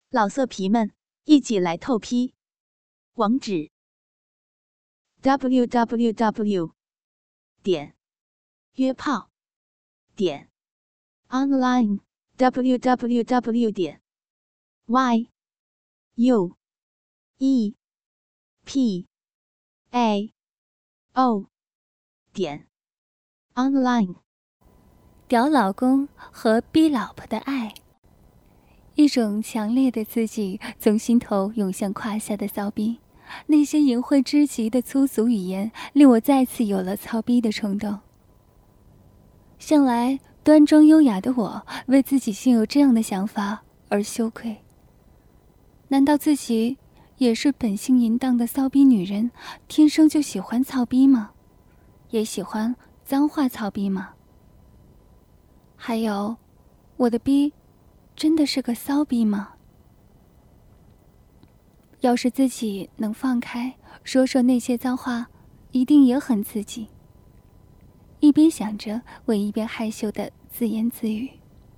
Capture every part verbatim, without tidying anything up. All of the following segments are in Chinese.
老色皮们，一起来透批！网址 ：double u double u double u 点约炮点 online double u double u double u 点 y u e p a o 点 online。 屌老公和逼老婆的爱，一种强烈的刺激从心头涌向胯下的骚逼，那些淫秽之极的粗俗语言令我再次有了操逼的冲动。向来端庄优雅的我，为自己竟有这样的想法而羞愧。难道自己也是本性淫荡的骚逼女人，天生就喜欢操逼吗？也喜欢脏话操逼吗？还有，我的逼真的是个骚逼吗？要是自己能放开说说那些脏话，一定也很刺激。一边想着，我一边害羞地自言自语：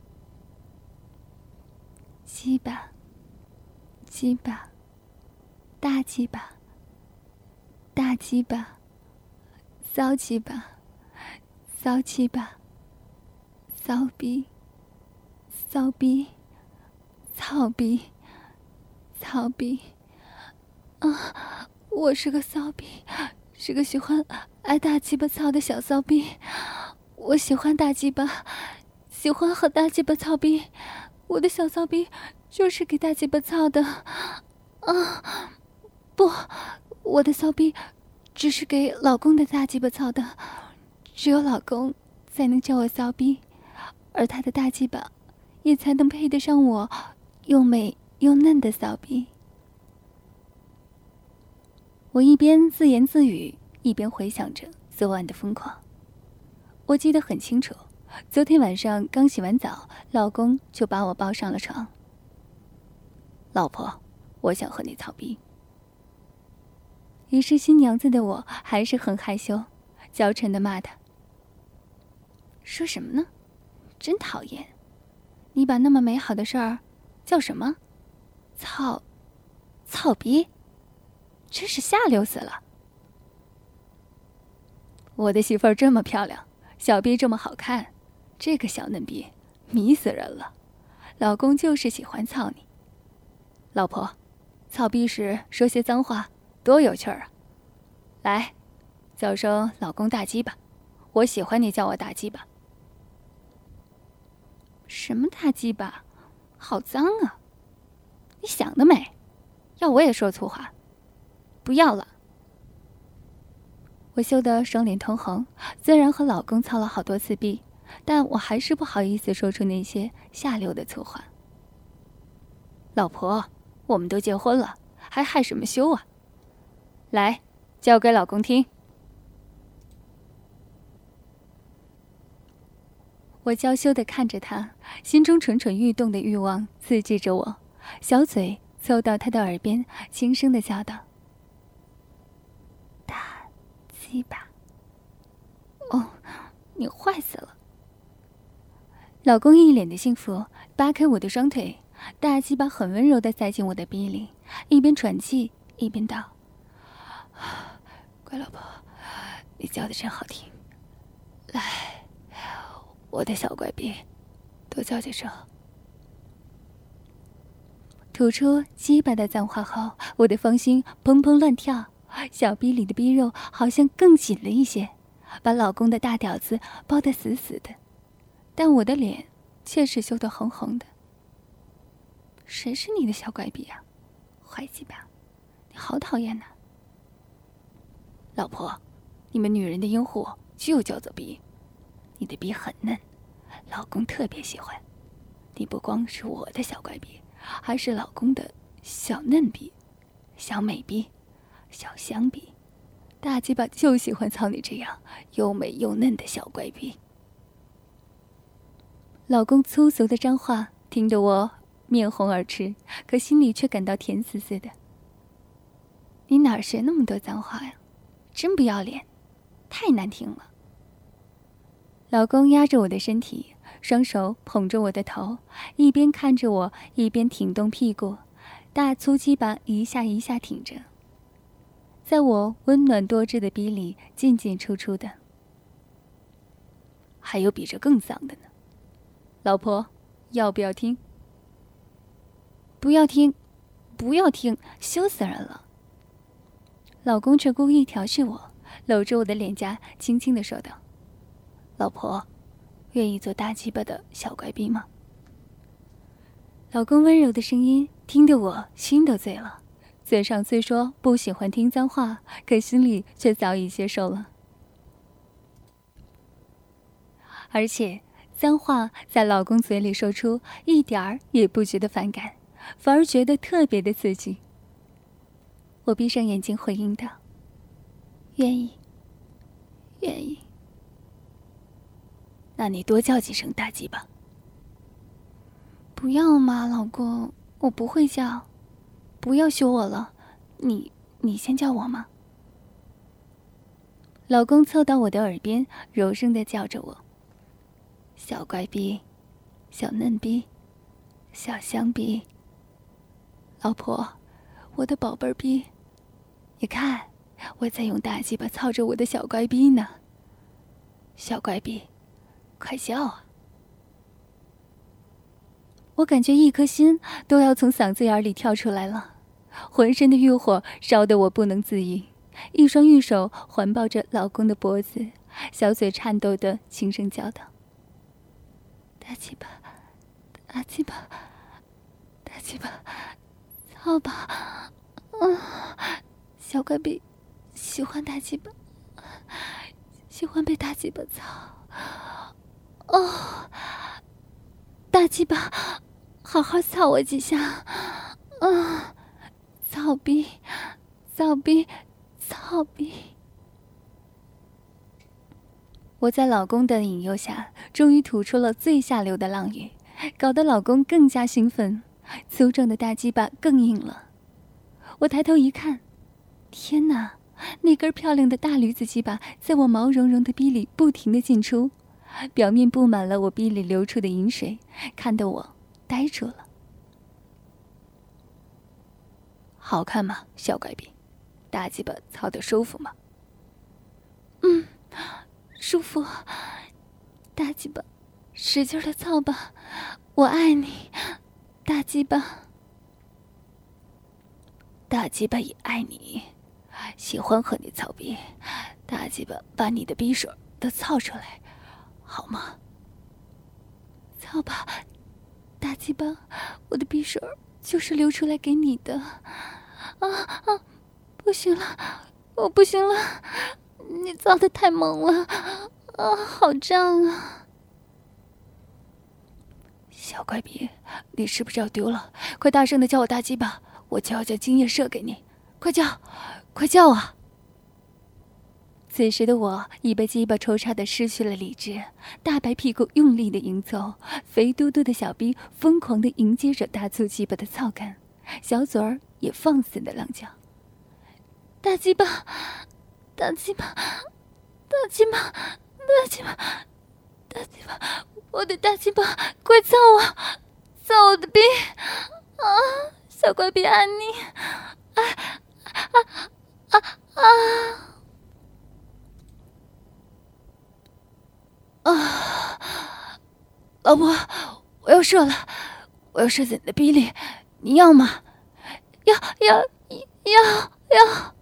鸡巴，鸡巴，大鸡巴，大鸡巴，骚鸡巴，骚鸡巴，骚逼，骚逼，操逼，操逼啊！我是个骚逼，是个喜欢挨大鸡巴操的小骚逼。我喜欢大鸡巴，喜欢和大鸡巴操逼。我的小骚逼就是给大鸡巴操的啊！不，我的骚逼只是给老公的大鸡巴操的。只有老公才能叫我骚逼，而他的大鸡巴也才能配得上我又美又嫩的骚逼。我一边自言自语，一边回想着昨晚的疯狂。我记得很清楚，昨天晚上刚洗完澡，老公就把我抱上了床。老婆，我想和你操逼。于是新娘子的我还是很害羞，娇嗔地骂他：说什么呢？真讨厌！你把那么美好的事儿叫什么？操，操逼！真是下流死了！我的媳妇儿这么漂亮，小逼这么好看，这个小嫩逼迷死人了。老公就是喜欢操你。老婆，操逼时说些脏话，多有趣儿啊！来，叫声老公大鸡巴，我喜欢你叫我大鸡巴。什么大鸡巴？好脏啊！你想得美！要我也说粗话？不要了！我羞得双脸通红，虽然和老公操了好多次逼，但我还是不好意思说出那些下流的粗话。老婆，我们都结婚了，还害什么羞啊？来，叫给老公听。我娇羞地看着他，心中蠢蠢欲动的欲望刺激着我，小嘴凑到他的耳边，轻声地叫道：大鸡巴。哦，你坏死了！老公一脸的幸福，扒开我的双腿，大鸡巴很温柔地塞进我的逼里，一边喘气一边道：乖老婆，你叫的真好听，来，我的小乖逼，多叫几声。吐出鸡巴的脏话后，我的芳心砰砰乱跳，小逼里的逼肉好像更紧了一些，把老公的大屌子包得死死的，但我的脸却是羞得红红的。谁是你的小乖逼啊？坏鸡巴，你好讨厌呐！老婆，你们女人的阴户就叫做逼，你的逼很嫩，老公特别喜欢。你不光是我的小乖逼，还是老公的小嫩逼、小美逼、小香逼。大鸡巴就喜欢操你这样又美又嫩的小乖逼。老公粗俗的脏话听得我面红耳赤，可心里却感到甜丝丝的。你哪儿学那么多脏话呀？真不要脸，太难听了。老公压着我的身体， 双手捧着我的头，一边看着我，一边挺动屁股，大粗鸡巴一下一下挺着，在我温暖多汁的逼里进进出出的。还有比这更脏的呢，老婆，要不要听？不要听，不要听，羞死人了。老公却故意调戏我，搂着我的脸颊，轻轻地说道：“老婆，愿意做大鸡巴的小乖逼吗？”老公温柔的声音听得我心都醉了，嘴上虽说不喜欢听脏话，可心里却早已接受了。而且脏话在老公嘴里说出，一点儿也不觉得反感，反而觉得特别的刺激。我闭上眼睛回应道：“愿意，愿意。”那你多叫几声大鸡巴。不要嘛，老公，我不会叫，不要羞我了，你你先叫我嘛。老公凑到我的耳边，柔声地叫着我：“小乖逼，小嫩逼，小香逼。老婆，我的宝贝儿逼，你看，我在用大鸡巴操着我的小乖逼呢。小乖逼，快叫啊！”我感觉一颗心都要从嗓子眼里跳出来了，浑身的欲火烧得我不能自已，一双玉手环抱着老公的脖子，小嘴颤抖地轻声叫道：“大鸡巴，大鸡巴，大鸡巴，操吧！嗯，小乖逼，喜欢大鸡巴，喜欢被大鸡巴操。哦，大鸡巴，好好操我几下。嗯，操逼，操逼，操逼。”我在老公的引诱下，终于吐出了最下流的浪语，搞得老公更加兴奋，粗壮的大鸡巴更硬了。我抬头一看，天哪，那根漂亮的大驴子鸡巴在我毛茸茸的逼里不停地进出，表面布满了我逼里流出的饮水，看得我呆住了。好看吗，小乖逼？大鸡巴操得舒服吗？嗯，舒服。大鸡巴，使劲的操吧，我爱你，大鸡巴。大鸡巴也爱你，喜欢和你操逼，大鸡巴把你的逼水都操出来，好吗？操吧，大鸡巴，我的逼水就是流出来给你的。啊啊，不行了，我不行了，你操得太猛了，啊，好胀啊！小乖逼，你是不是要丢了？快大声的叫我大鸡巴，我就要将精液射给你，快叫，快叫啊！此时的我已被鸡巴抽插的失去了理智，大白屁股用力的迎走，肥嘟嘟的小逼疯狂的迎接着大粗鸡巴的操感，小嘴儿也放肆的浪叫：“大鸡巴，大鸡巴，大鸡巴，大鸡巴，大鸡巴，我的大鸡巴，快操我，操我的逼啊！小乖逼爱你，啊啊啊啊！”啊，老婆，我要射了，我要射在你的逼里，你要吗？要要要要！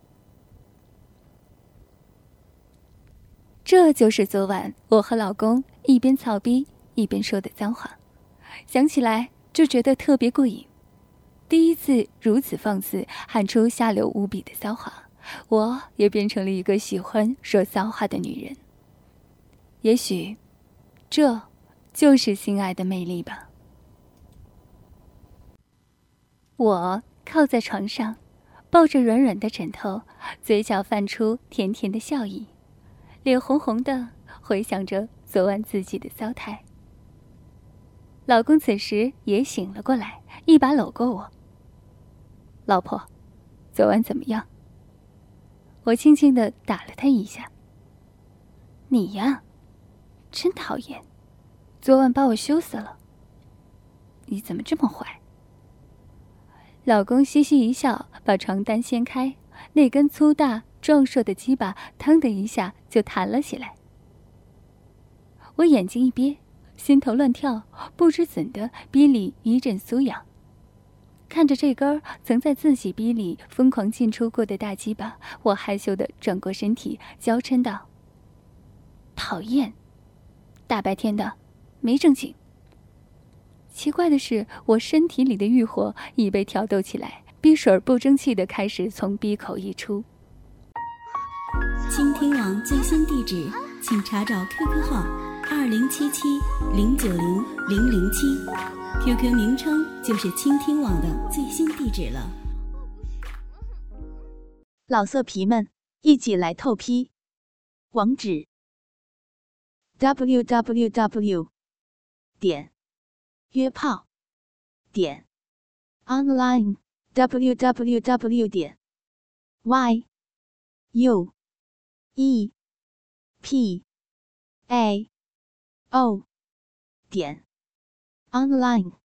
这就是昨晚我和老公一边操逼一边说的脏话，想起来就觉得特别过瘾。第一次如此放肆喊出下流无比的骚话，我也变成了一个喜欢说骚话的女人。也许，这就是性爱的魅力吧。我靠在床上，抱着软软的枕头，嘴角泛出甜甜的笑意，脸红红的，回想着昨晚自己的骚态。老公此时也醒了过来，一把搂过我：“老婆，昨晚怎么样？”我轻轻地打了他一下：“你呀，真讨厌， 昨晚把我羞死了。你怎么这么坏？老公嘻嘻一笑，把床单掀开，那根粗大壮硕的鸡巴腾的一下就弹了起来。我眼睛一憋，心头乱跳，不知怎的逼里一阵酥痒。看着这根曾在自己逼里疯狂进出过的大鸡巴，我害羞地转过身体，娇嗔道：讨厌，大白天的没正经。奇怪的是，我身体里的欲火已被挑逗起来，逼水不争气地开始从逼口溢出。 倾听网最新地址，请查找 Q Q 号二零七七零九零零零七 ，Q Q 名称就是倾听网的最新地址了。 老色皮们，一起来透批！网址 ：double-u double-u double-u 点约炮点 online double-u double-u double-u 点 y u e p a o 点 online。